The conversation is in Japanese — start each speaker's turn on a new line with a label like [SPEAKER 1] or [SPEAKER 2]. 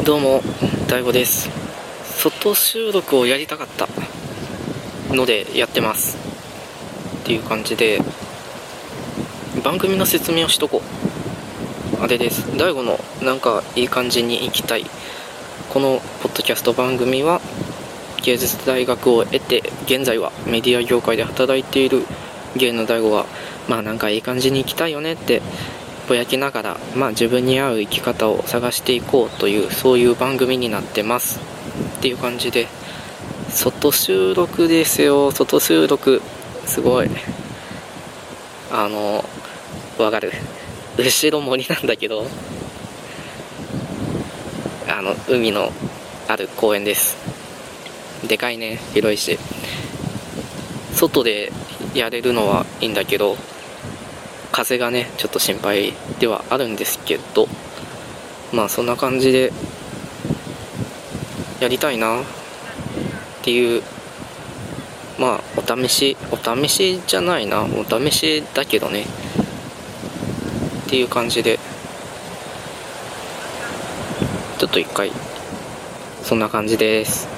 [SPEAKER 1] どうも、大悟です。外収録をやりたかったのでやってますっていう感じで、番組の説明をしとこう。あれです。大悟のなんかいい感じに行きたい。このポッドキャスト番組は、芸術大学を得て現在はメディア業界で働いている芸の大悟が、なんかいい感じに行きたいよねってぼやきながら、自分に合う生き方を探していこうという、そういう番組になってますっていう感じで、外収録ですよ。外収録すごいわかる。後ろ森なんだけど、海のある公園です。でかいね、広いし、外でやれるのはいいんだけど、風がねちょっと心配ではあるんですけど、そんな感じでやりたいなっていう、お試しじゃないな、お試しだけどねっていう感じで、ちょっと一回そんな感じです。